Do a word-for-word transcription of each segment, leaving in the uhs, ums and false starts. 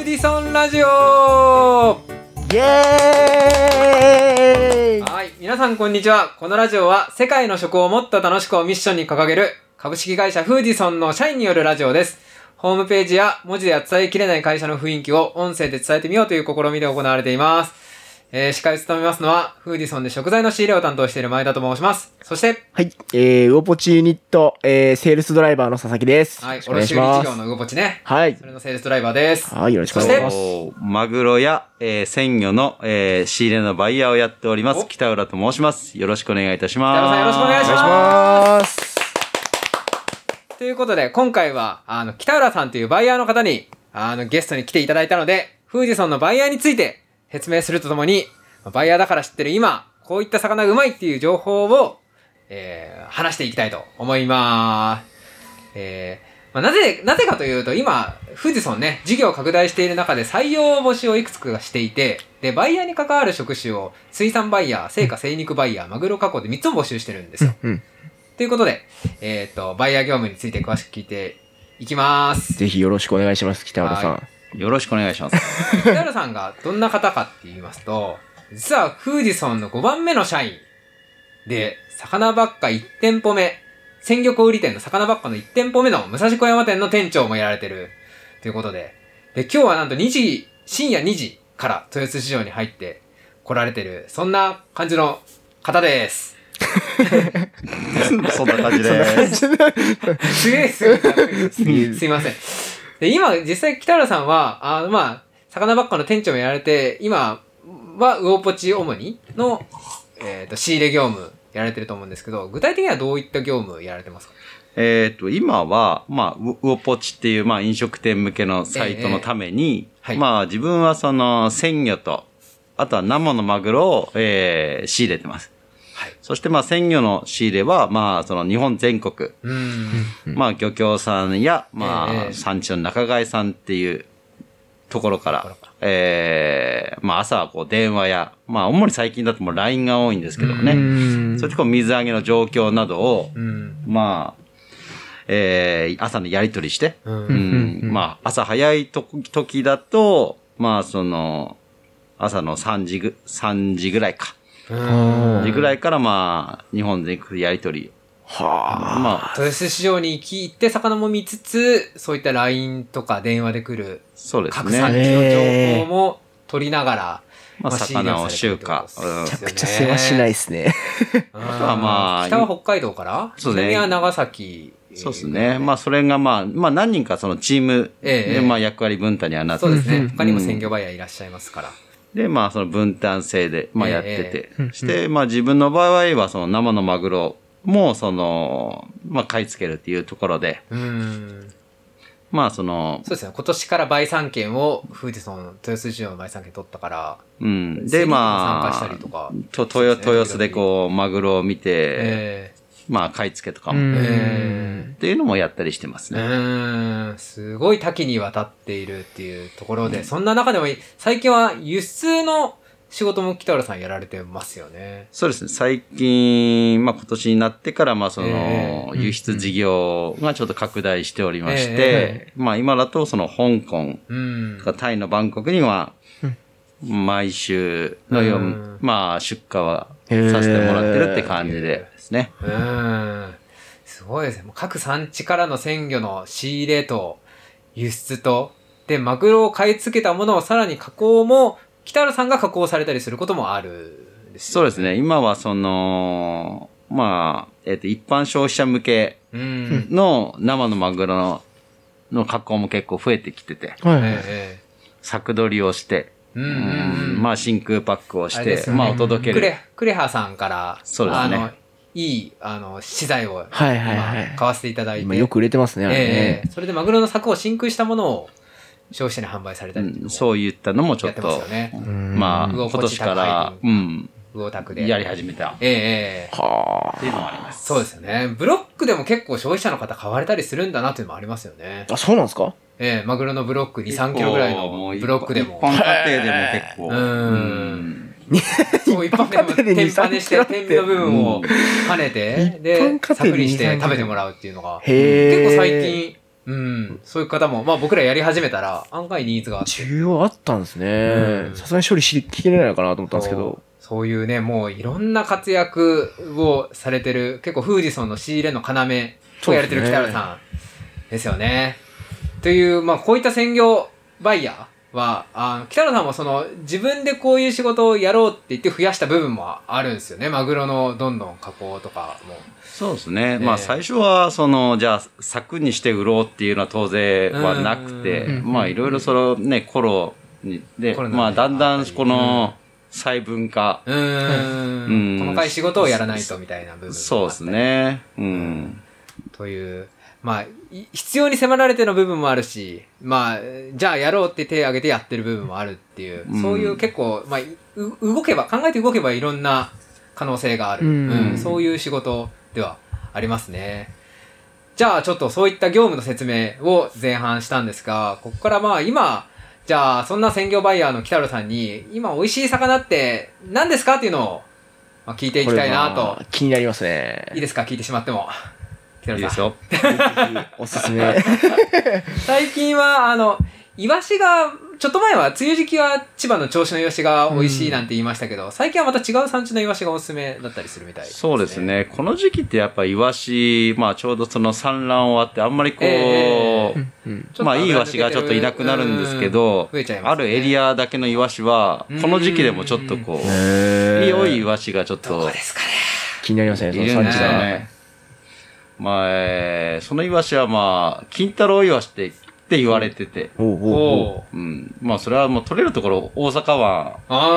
ディソンラジオイエーイ。 はい、皆さんこんにちは。このラジオは世界の食をもっと楽しくをミッションに掲げる株式会社フーディソンの社員によるラジオです。ホームページや文字では伝えきれない会社の雰囲気を音声で伝えてみようという試みで行われています。えー、司会を務めますのはフーディソンで食材の仕入れを担当している前田と申します。そしてはい、えー、ウオポチユニット、えー、セールスドライバーの佐々木です。 はい、 よろしくお卸売願いします。 事業のウゴポチね。 はい。 それのセールスドライバーです。 はい、よろしくお願いします。 マグロや、えー、鮮魚の、えー、仕入れのバイヤーをやっております北浦と申します。よろしくお願いいたします。 北浦さんよろしくお願いします。ということで今回はあの北浦さんというバイヤーの方にあのゲストに来ていただいたので、フーディソンのバイヤーについて説明するとともに、バイヤーだから知ってる今こういった魚がうまいっていう情報を、えー、話していきたいと思います。えーまあ、なぜなぜかというと、今フーディソンね事業を拡大している中で採用募集をいくつかしていて、でバイヤーに関わる職種を水産バイヤー、青果精肉バイヤー、マグロ加工でみっつも募集してるんですよ。 うんうんということで、えっと、バイヤー業務について詳しく聞いていきます。 ぜひよろしくお願いします、北浦さん。 よろしくお願いします。 北浦さんがどんな方かって言いますと、実はフーディソンのごばんめの社員で、魚ばっかいち店舗目、鮮魚小売店の魚ばっかのいち店舗目の武蔵小山店の店長もやられてるということで、で、今日はなんとにじ、深夜にじから豊洲市場に入って来られてる、そんな感じの方です。 そんな感じです。 すげえすげえすいません。で、今実際北浦さんはあのまあ魚ばっかの店長もやられて、今はウオポチ主にの、えー、と仕入れ業務やられてると思うんですけど、具体的にはどういった業務やられてますか？ えっと今はまあウオポチっていうまあ飲食店向けのサイトのために、えーはい、まあ自分はその鮮魚とあとは生のマグロを、えー、仕入れてます。はい、そしてまあ鮮魚の仕入れはまあその日本全国、うんまあ漁協さんやまあ、えー、産地の仲買さんっていうところから、えー、まあ朝はこう電話やまあ主に最近だともう ライン が多いんですけどもね、うんそれでこう水揚げの状況などを、うん、まあ、えー、朝のやり取りして、うんうん、まあ朝早い時だとまあその朝のさんじぐ、さんじぐらいか。時ぐらいからまあ日本で行くやり取りはあ、まあ豊洲市場に行って魚も見つつ、そういった ライン とか電話で来るそうですね各産地の情報も取りながら、 まあ、魚を収荷、 めちゃくちゃ世話しないですね。 あとはまあ北は北海道からそうね、 南は長崎。 そうですね。まあそれがまあまあ何人かそのチームでまあ役割分担にはなって、 そうですね。他にも鮮魚バイヤーいらっしゃいますから。 で、まあ、その分担制で、まあ、やってて、えー、して、まあ、自分の場合は、その生のマグロも、その、まあ、買い付けるっていうところで、うんまあ、その、 そうですね。今年から売産権を、フーディソン、豊洲市場の売産権取ったから、 うん。で、まあ、参加したりとか、と豊、豊洲でこう、マグロを見て、えーまあ、買い付けとかも、っていうのもやったりしてますね。 うん。すごい多岐にわたっているっていうところで、うん、そんな中でも最近は輸出の仕事も北浦さんやられてますよね。 そうですね。最近、まあ今年になってから、まあその、えー、輸出事業がちょっと拡大しておりまして、えー、まあ今だとその香港とかタイのバンコクには、毎週のよう、うん、まあ出荷はさせてもらってるって感じで、ね、 うん。すごいですね。各産地からの鮮魚の仕入れと輸出と、で、マグロを買い付けたものをさらに加工も、北浦さんが加工されたりすることもあるんですよね。 そうですね。今はその、まあ、えっと、一般消費者向けの生のマグロの、の加工も結構増えてきてて、はい、作取りをして、うんうんうん、まあ真空パックをして、ね、まあお届ける。 クレ、クレハさんから、 そうですね。 あのいい、あの、資材を、 はいはいはい、 買わせていただいて。 今よく売れてますね、あれね。 えー、それでマグロの柵を真空したものを消費者に販売されたり、 うん、そういったのもちょっと、やってますよね、まあ、今年から、うん、 魚拓で。 やり始めた。 ええー。 はあ。 っていうのもあります。 そうですよね。ブロックでも結構消費者の方買われたりするんだなっていうのもありますよね。 あ、そうなんですか？ ええー、マグロのブロックに、さんキロぐらいのブロックでも。 一般家庭でも結構。 うん。そう、一般でも天パネして、天身の部分を跳ねて、で、サクリして食べてもらうっていうのが、結構最近、 うん。そういう方も、まあ僕らやり始めたら案外ニーズがあって。 需要あったんですね。さすがに処理しきれないのかなと思ったんですけど。 そういうね、もういろんな活躍をされてる、結構フージソンの仕入れの要をやれてる北原さんですよね。という、まあこういった専業バイヤーは、あの北原さんもその自分でこういう仕事をやろうって言って増やした部分もあるんですよね。マグロのどんどん加工とかも。 そうですね。えー、まあ最初はその、じゃあ柵にして売ろうっていうのは当然はなくて、まあいろいろそのね、コロに、で、まあだんだんこの、細分化。 うーん。細かい仕事をやらないとみたいな部分。 そうですね。うん。 という、まあ、必要に迫られての部分もあるし、まあ、じゃあやろうって手を挙げてやってる部分もあるっていう、うん、そういう結構、まあ、動けば、考えて動けばいろんな可能性がある。うん、うん、そういう仕事ではありますね。じゃあちょっとそういった業務の説明を前半したんですが、ここからまあ今、じゃあそんな専業バイヤーの北原さんに今美味しい魚って何ですかっていうのを聞いていきたいなと。 気になりますね。 いいですか、聞いてしまっても。 北原さん。いいですよ。おすすめ。 最近はあのイワシがちょっと前は梅雨時期は千葉の銚子のイワシが美味しいなんて言いましたけど、うん、最近はまた違う産地のイワシがおすすめだったりするみたいですね。 そうですね。この時期ってやっぱイワシ、まあちょうどその産卵終わってあんまりこう、えー、まあいいイワシがちょっといなくなるんですけど、 増えちゃいますね、 あるエリアだけのイワシはこの時期でもちょっとこう、良いイワシがちょっと、 どこですかね。 気になりますね。その産地がね。 まあ、えー、そのイワシはまあ金太郎イワシってって言われてて。 おうおうおう。うん。まあ、それはもう取れるところ、大阪湾。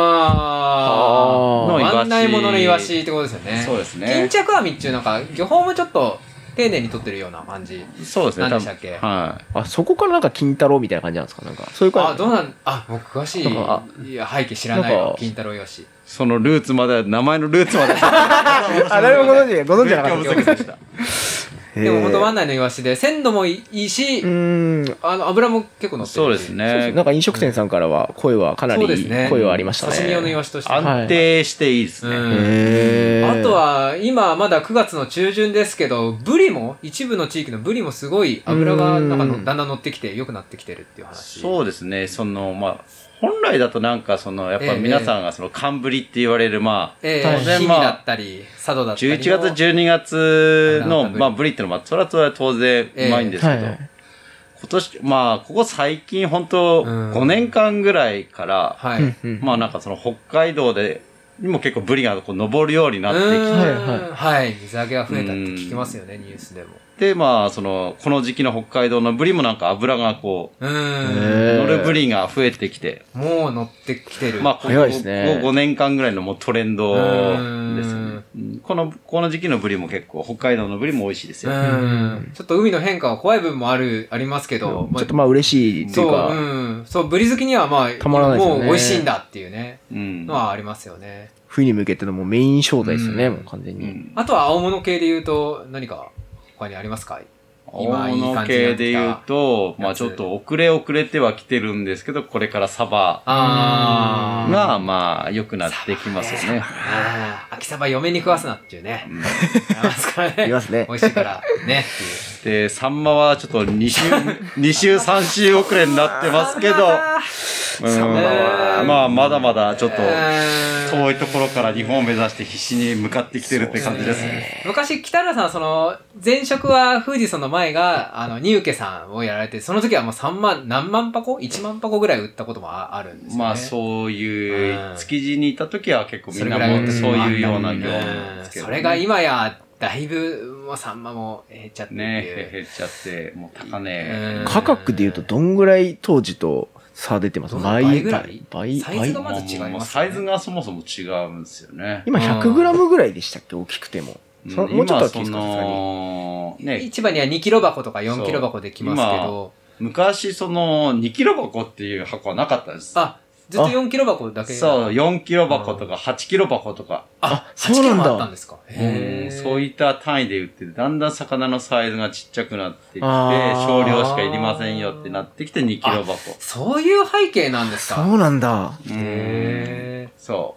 ああ。のイワシ。湾内物のイワシってことですよね。 そうですね。 巾着網っていうなんか、漁法もちょっと丁寧に取ってるような感じ。 そうですね。 何でしたっけ？ はい。 あ、そこからなんか金太郎みたいな感じなんですか？なんか、そういう感じ。 あ、どうなん、あ、僕詳しい。いや、背景知らないわ。金太郎イワシ。 そのルーツまで、名前のルーツまで。 あ、誰もご存知、ご存知じゃなかったでした。 でも本当湾内のイワシで鮮度もいいし、うんあの油も結構乗ってるし。 そうですね。 なんか飲食店さんからは声はかなり声はありましたね。 刺身用のイワシとして安定していいですね。 うん、あとは今まだくがつの中旬ですけど、ブリも一部の地域のブリもすごい油がなんかのだんだん乗ってきて良くなってきてるっていう話。 そうですね。そのまあ。本来だとなんかそのやっぱ皆さんがその寒ぶりって言われるまあ当然まあだったり佐渡だったりじゅういちがつじゅうにがつのまあブリってのはそれは当然うまいんですけど今年まあここ最近本当ごねんかんぐらいからまあなんかその北海道でにも結構ブリがこう登るようになってきてはい水揚げが増えたって聞きますよねニュースでも。 で、まあ、その、この時期の北海道のブリもなんか油がこう、乗るブリが増えてきて。 もう乗ってきてる。 まあ、ここ、ここごねんかんぐらいのもうトレンドですね。この、この時期のブリも結構、北海道のブリも美味しいですよ。 ちょっと海の変化は怖い部分もある、ありますけど。 ちょっとまあ嬉しいっていうか。 そう、うん。そう、ブリ好きにはまあ、 たまらないですよね。 もう美味しいんだっていうね。のはありますよね。 冬に向けてのもうメイン商材ですよね、もう完全に。 あとは青物系で言うと、何か他にありますか？ 今いい感じ系で言うと、まあちょっと遅れ遅れては来てるんですけど、これからサバがまあ良くなってきますよね。 秋サバ嫁に食わすなっていうね。うん、いますからね。 いますね。 美味しいからね。 で、サンマはちょっとに週、に週さん週遅れになってますけど、うん、まあまだまだちょっと遠いところから日本を目指して必死に向かってきてるって感じですね。 昔北原さんその前職はフージソンの前があのニウケさんをやられて、その時はもうさんまん何万箱いちまん箱ぐらい売ったこともあるんですよね。 まあそういう築地にいた時は結構みんなもそういうような業務ですけど、ね、 それが今やだいぶもうサンマも減っちゃってね、減っちゃってもう高値。 価格でいうとどんぐらい当時と差出てます？ 倍ぐらい？ 倍？ サイズがまず違いますね。 サイズがそもそも違うんですよね。 今 ひゃくグラム ぐらいでしたっけ？大きくても。 もうちょっと大きいですか？ね、 市場にはにキロ箱とかよんキロ箱できますけど、 昔そのにキロ箱っていう箱はなかったです。 あ、ずっとよんキロ箱だけ。 そう、よんキロ箱とかはちキロ箱とか。 あ、そうなんだ。はちキロもあったんですか。 へー。そういった単位で売ってて、だんだん魚のサイズがちっちゃくなってきて、少量しかいりませんよってなってきてにキロ箱。 そういう背景なんですか？ そうなんだ。 へー。 そう。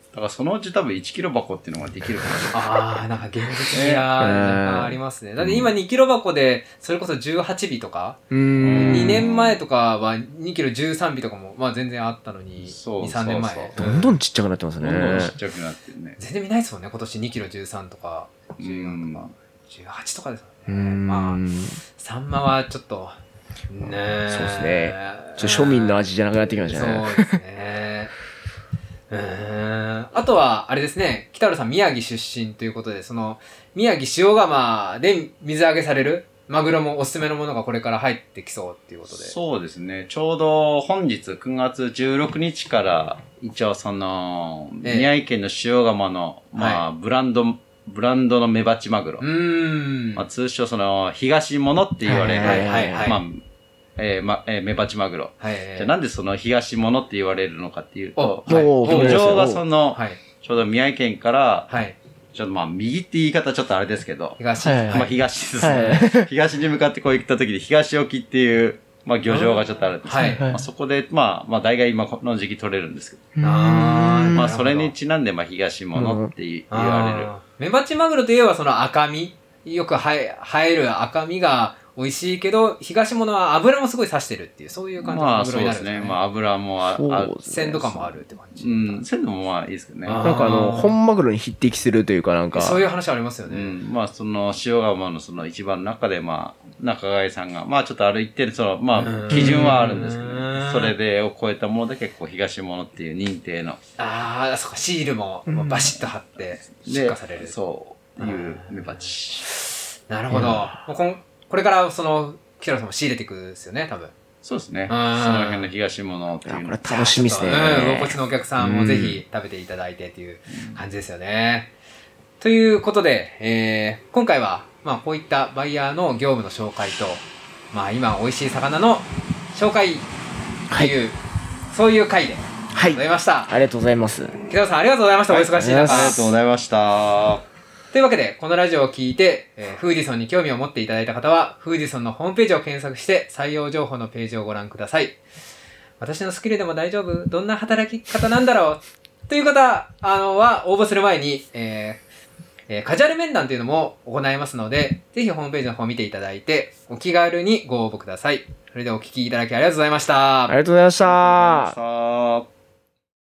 だからそのうち多分いちキロ箱っていうのができるかもしれない。 ああ、なんか現実味が若干ありますね。だって今にキロ箱で、それこそじゅうはちびとか、 うーんにねんまえとかはにキロじゅうさんびとかも、まあ全然あったのに、 そうに、さんねんまそうえ。 どんどんちっちゃくなってますね。 どんどんちっちゃくなってるね。 全然見ないですもんね、今年にキロじゅうさんとか、じゅうよんとか、じゅうはちとかですもんね。まあ、サンマはちょっと、ねえ。 そうですね。ちょっと庶民の味じゃなくなってきましたね。 そうですね。うーんあとは、あれですね、北浦さん宮城出身ということで、その、宮城塩釜で水揚げされるマグロもおすすめのものがこれから入ってきそうっていうことで。 そうですね。ちょうど本日くがつじゅうろくにちから一応その、 ええ宮城県の塩釜の、まあ、ブランド、ブランドのメバチマグロ。 うーん。 まあ、通称その、東物って言われる、 はいはいはいまあ、えーまえーメバチマグロ。 はい。 じゃあなんでその東物って言われるのかっていうと、 はいおー漁場がその、 はい。 ちょうど宮城県から、 はい。 ちょっとまあ右って言い方ちょっとあれですけど、 東。 はいまあ東ですね。東に向かってこう行った時に東沖っていう、まあ漁場がちょっとあるんですけど、 はいまあ、そこで、まあ、まあ大概今この時期取れるんですけど、 あーまあそれにちなんでまあ東物って言言われる。 あーメバチマグロといえばその赤身。よく生え生える赤身が美味しいけど、東物は油もすごい刺してるっていう、そういう感じのまあマグロになそうですね。 るんですね。 まあ油もあそうある。 鮮度感もあるって感じ。 うん、鮮度もまあいいですけどね。 あーなんかあの、本マグロに匹敵するというかなんか。 そういう話ありますよね。 うん、まあその塩釜のその一番の中でまあ中貝さんがまあちょっと歩いてるそのまうんあ基準はあるんですけど、 うんね、それでを超えたもので結構東物っていう認定のああ、そっか、シールももうバシッと貼って出荷される。 そういうメバチ。 なるほど。もうこんこれからその北野さんも仕入れていくんですよね、多分。 そうですね。 んその辺の東物っていうのいやこれ楽しみですね。 じゃあちょっとうん、魚骨のお客さんもぜひ食べていただいてっていう感じですよね。ということで、えー今回は、まあこういったバイヤーの業務の紹介と、まあ今美味しい魚の紹介っていう、そういう回ではいございました。 ありがとうございます。 北野さんありがとうございました。お忙しい中。 はいありがとうございました。 というわけで、このラジオを聞いて、えーフーディソンに興味を持っていただいた方は、フーディソンのホームページを検索して、採用情報のページをご覧ください。私のスキルでも大丈夫？どんな働き方なんだろうという方あのは、応募する前に、えーえーカジュアル面談というのも行いますので、ぜひホームページの方を見ていただいて、お気軽にご応募ください。それではお聞きいただきありがとうございました。 ありがとうございました。 さあ。